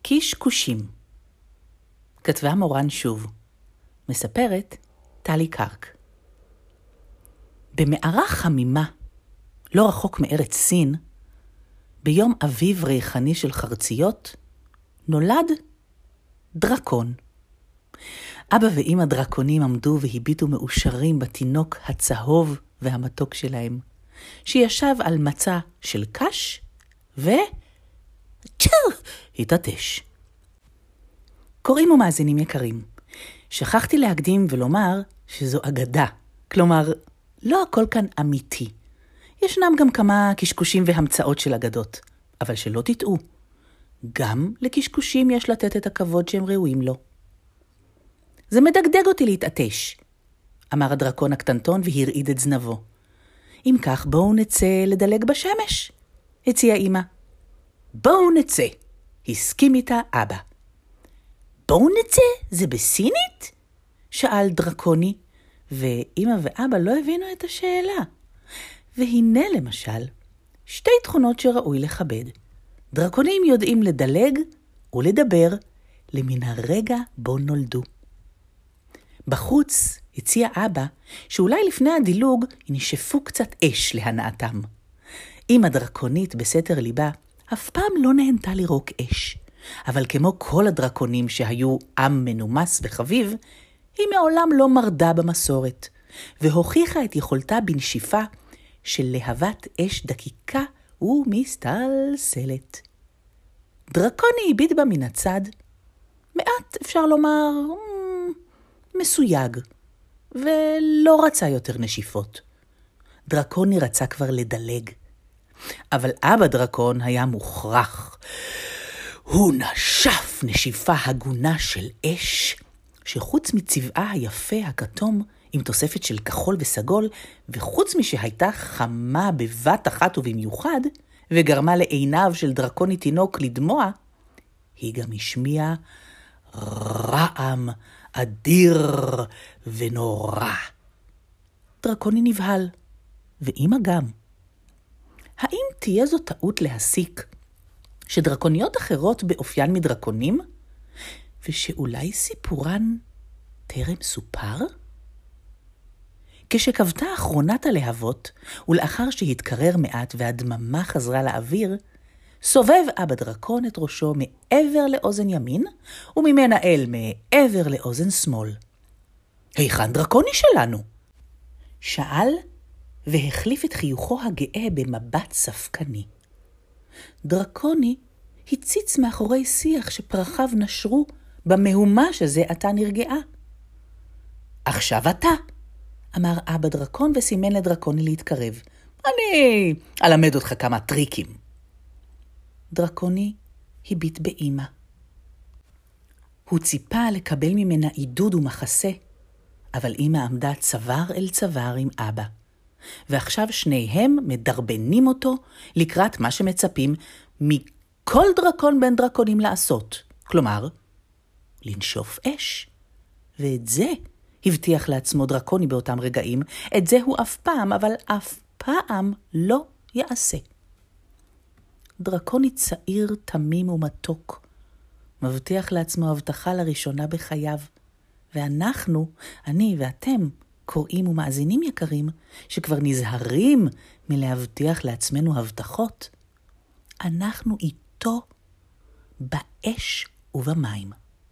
קשקושים. כתבה מורן שוב. מספרת טלי קרק. במערה חמימה, לא רחוק מארץ סין, ביום אביב ריחני של חרציות, נולד דרקון. אבא ואמא דרקונים עמדו והביטו מאושרים בתינוק הצהוב והמתוק שלהם, שישב על מצע של קש התעטש. קוראים ומאזינים יקרים, שכחתי להקדים ולומר שזו אגדה, כלומר, לא הכל כאן אמיתי. ישנם גם כמה קשקושים והמצאות של אגדות, אבל שלא תטעו, גם לקשקושים יש לתת את הכבוד שהם ראויים לו. זה מדגדג אותי להתעטש, אמר הדרקון הקטנטון והרעיד את זנבו. אם כך בואו נצא לדלג בשמש, הציעה אמא. בואו נצא, הסכים איתה אבא. בואו נצא, זה בסינית? שאל דרקוני, ואמא ואבא לא הבינו את השאלה. והנה למשל, שתי תכונות שראוי לכבד. דרקונים יודעים לדלג ולדבר למן הרגע בו נולדו. בחוץ הציע אבא שאולי לפני הדילוג ינשפו קצת אש להנאתם. אמא דרקונית בסתר ליבה אף פעם לא נהנתה לירוק אש, אבל כמו כל הדרקונים שהיו עם מנומס וחביב, היא מעולם לא מרדה במסורת, והוכיחה את יכולתה בנשיפה של להבת אש דקיקה ומסתלסלת. דרקוני הביט בה מן הצד, מעט אפשר לומר מסויג, ולא רצה יותר נשיפות. דרקוני רצה כבר לדלג, אבל אבא דרקון היה מוכרח. הוא נשף נשיפה הגונה של אש, שחוץ מצבעה היפה הכתום, עם תוספת של כחול וסגול, וחוץ משהייתה חמה בבת אחת ובמיוחד, וגרמה לעיניו של דרקוני תינוק לדמוע, היא גם השמיעה רעם אדיר ונורא. דרקוני נבהל, ואמא גם. האם תהיה זו טעות להסיק שדרקוניות אחרות באופיין מדרקונים, ושאולי סיפורן טרם סופר? כשקבתה אחרונת הלהבות, ולאחר שהתקרר מעט והדממה חזרה לאוויר, סובב אבא דרקון את ראשו מעבר לאוזן ימין, וממנה אל מעבר לאוזן שמאל. היכן דרקוני שלנו? שאל, והחליף את חיוכו הגאה במבט ספקני. דרקוני הציץ מאחורי שיח שפרחיו נשרו במהומה שזה עתה נרגעה. עכשיו אתה, אמר אבא דרקון וסימן לדרקוני להתקרב. אני אלמד אותך כמה טריקים. דרקוני הביט באמא. הוא ציפה לקבל ממנה עידוד ומחסה, אבל אמא עמדה צוואר אל צוואר עם אבא. ועכשיו שניהם מדרבנים אותו לקראת מה שמצפים מכל דרקון בין דרקונים לעשות. כלומר, לנשוף אש. ואת זה הבטיח לעצמו דרקוני באותם רגעים. את זה הוא אף פעם, אבל אף פעם לא יעשה. דרקוני צעיר, תמים ומתוק, מבטיח לעצמו הבטחה לראשונה בחייו. ואנחנו, אני ואתם, קוראים ומאזינים יקרים, שכבר נזהרים מלהבטיח לעצמנו הבטחות. אנחנו איתו באש ובמים.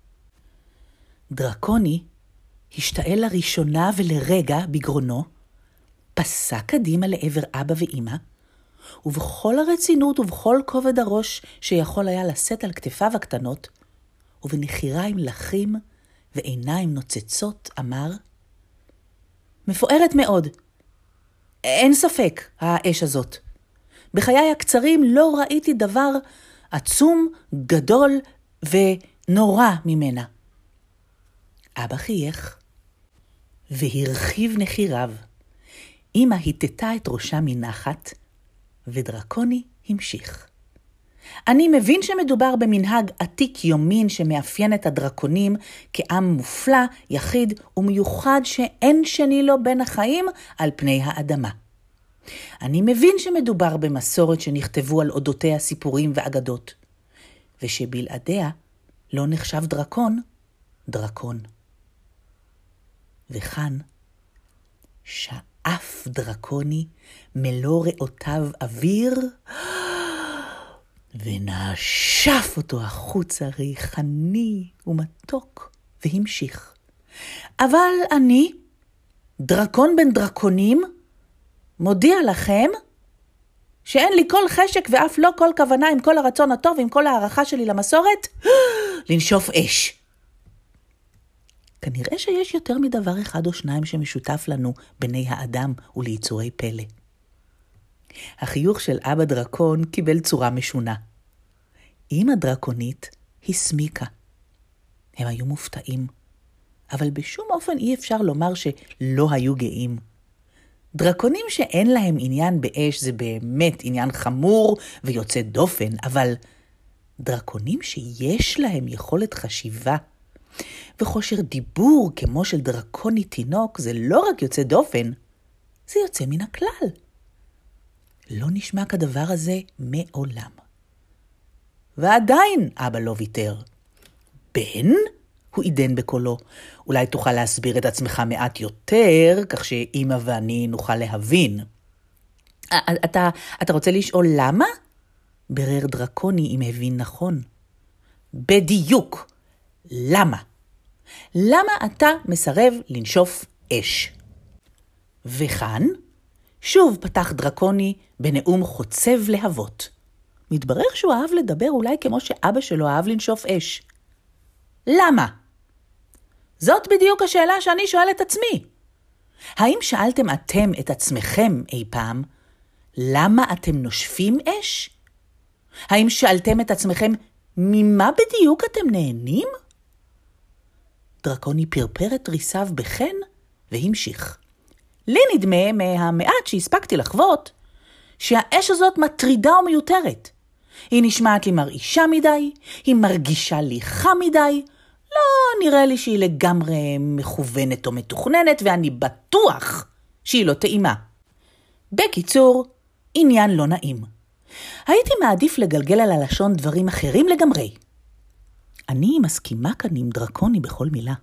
דרקוני השתעל לראשונה ולרגע בגרונו, פסע קדימה לעבר אבא ואמא, ובכל הרצינות ובכל כובד הראש שיכול היה לשאת על כתפיו הקטנות, ובנחיריים לחים ועיניים נוצצות, אמר, מפוארת מאוד. אין ספק, האש הזאת. בחיי הקצרים לא ראיתי דבר עצום, גדול ונורא ממנה. אבא חייך והרחיב נחיריו. אמא היטטה את ראשה מנחת, ודרקוני המשיך. אני מבין שמדובר במנהג עתיק יומין שמאפיין את הדרקונים כעם מופלא, יחיד ומיוחד שאין שני לו בין החיים על פני האדמה. אני מבין שמדובר במסורת שנכתבו על אודותיה סיפורים ואגדות, ושבלעדיה לא נחשב דרקון, דרקון. וכאן שאף דרקוני מלוא ריאותיו אוויר, ונשף אותו החוצה ריחני ומתוק, והמשיך. אבל אני, דרקון בן דרקונים, מודיע לכם שאין לי כל חשק ואף לא כל כוונה עם כל הרצון הטוב ועם כל הערכה שלי למסורת, לנשוף אש. כנראה שיש יותר מדבר אחד או שניים שמשותף לנו בני האדם וליצורי פלא. החיוך של אבא דרקון קיבל צורה משונה. אמא דרקונית הסמיקה. הם היו מופתעים, אבל בשום אופן אי אפשר לומר שלא היו גאים. דרקונים שאין להם עניין באש זה באמת עניין חמור ויוצא דופן, אבל דרקונים שיש להם יכולת חשיבה וכושר דיבור כמו של דרקוני תינוק זה לא רק יוצא דופן, זה יוצא מן הכלל. לא נשמע כדבר הזה מעולם. ועדיין אבא לא ויתר. בן? הוא עידן בקולו. אולי תוכל להסביר את עצמך מעט יותר, כך שאמא ואני נוכל להבין. אתה רוצה לשאול למה? ברר דרקוני אם הבין נכון. בדיוק. למה? למה אתה מסרב לנשוף אש? וכאן, שוב פתח דרקוני בנאום חוצב להבות. מתברר שהוא אהב לדבר אולי כמו שאבא שלו אהב לנשוף אש. למה? זאת בדיוק השאלה שאני שואלת עצמי. האם שאלתם אתם את עצמכם אי פעם, למה אתם נושפים אש? האם שאלתם את עצמכם, ממה בדיוק אתם נהנים? דרקוני פרפר את ריסיו בחן והמשיך. לי נדמה מהמעט שהספקתי לחוות, שהאש הזאת מטרידה ומיותרת. היא נשמעת לי מרעישה מדי, היא מרגישה לי חם מדי, לא נראה לי שהיא לגמרי מכוונת או מתוכננת, ואני בטוח שהיא לא טעימה. בקיצור, עניין לא נעים. הייתי מעדיף לגלגל על הלשון דברים אחרים לגמרי. אני מסכימה כאן עם דרקוני בכל מילה.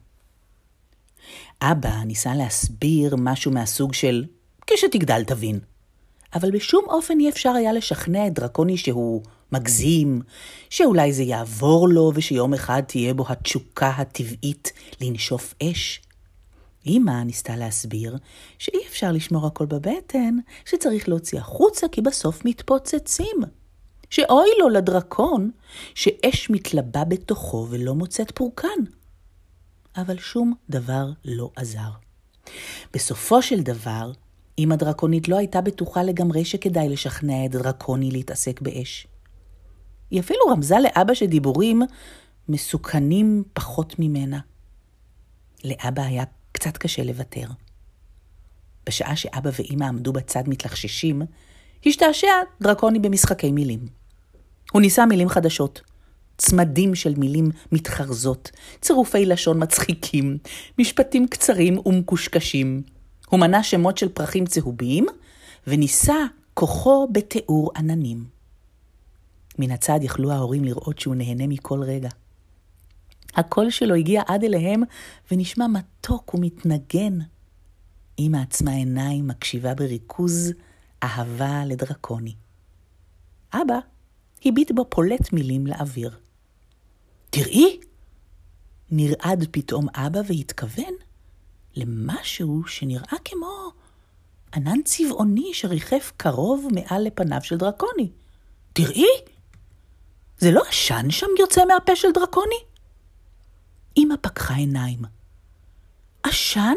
אבא ניסה להסביר משהו מהסוג של כשתגדל תבין. אבל בשום אופן אי אפשר היה לשכנע את דרקוני שהוא מגזים, שאולי זה יעבור לו ושיום אחד תהיה בו התשוקה הטבעית לנשוף אש. אמא ניסתה להסביר שאי אפשר לשמור הכל בבטן, שצריך להוציא החוצה כי בסוף מתפוצצים. שאוי לו לדרקון שאש מתלבה בתוכו ולא מוצאת פורקן. אבל שום דבר לא עזר. בסופו של דבר, אמא דרקונית לא הייתה בטוחה לגמרי שכדאי לשכנע את דרקוני להתעסק באש. היא אפילו רמזה לאבא שדיבורים מסוכנים פחות ממנה. לאבא היה קצת קשה לוותר. בשעה שאבא ואמא עמדו בצד מתלחששים, השתעשע דרקוני במשחקי מילים. הוא ניסה מילים חדשות, צמדים של מילים מתחרזות, צירופי לשון מצחיקים, משפטים קצרים ומקושקשים. הוא מנה שמות של פרחים צהובים, וניסה כוחו בתיאור עננים. מן הצד יכלו ההורים לראות שהוא נהנה מכל רגע. הקול שלו הגיע עד אליהם, ונשמע מתוק ומתנגן. אמא עצמה עיניים מקשיבה בריכוז אהבה לדרקוני. אבא הביט בו פולט מילים לאוויר. תראי! נרעד פתאום אבא והתכוון למשהו שנראה כמו ענן צבעוני שריחף קרוב מעל לפניו של דרקוני. תראי! זה לא עשן שם יוצא מהפה של דרקוני? אמא פקחה עיניים. עשן?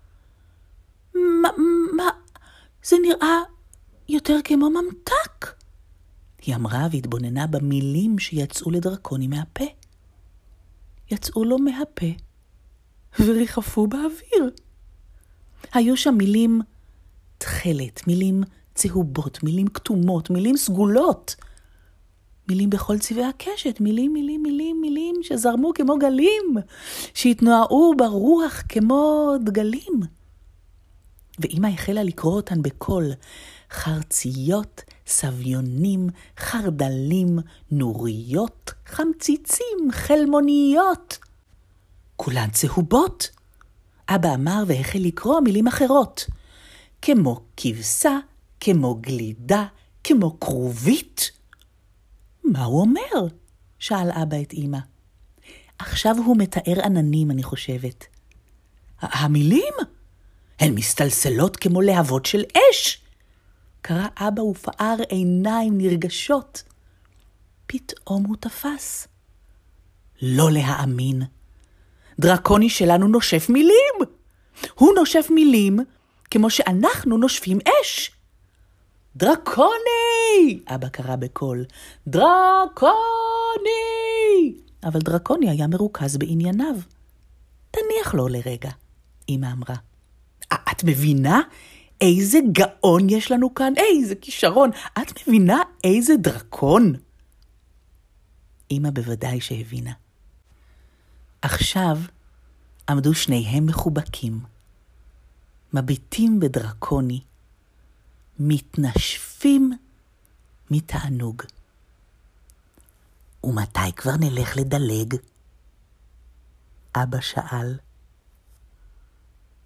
מה? זה נראה יותר כמו ממתק. היא אמרה והתבוננה במילים שיצאו לדרקוני מהפה. יצאו לו מהפה וריחפו באוויר. היו שם מילים תכלת, מילים צהובות, מילים כתומות, מילים סגולות. מילים בכל צבעי הקשת, מילים שזרמו כמו גלים, שהתנועעו ברוח כמו דגלים. ואמא החלה לקרוא אותן בקול, חרציות סביונים, חרדלים, נוריות, חמציצים, חלמוניות. כולן צהובות. אבא אמר והחל לקרוא מילים אחרות. כמו כבשה, כמו גלידה, כמו כרובית. מה הוא אומר? שאל אבא את אמא. עכשיו הוא מתאר עננים, אני חושבת. המילים? הן מסתלסלות כמו להבות של אש. קרא אבא ופער עיניים נרגשות. פתאום הוא תפס. לא להאמין. דרקוני שלנו נושף מילים. הוא נושף מילים כמו שאנחנו נושפים אש. דרקוני! אבא קרא בקול. דרקוני! אבל דרקוני היה מרוכז בענייניו. תניח לו לרגע, אמא אמרה. את מבינה איזה גאון יש לנו כאן? איזה כישרון. את מבינה איזה דרקון? אמא בוודאי שהבינה. עכשיו עמדו שניהם מחובקים, מביטים בדרקוני, מתנשפים מתענוג. ומתי כבר נלך לדלג? אבא שאל.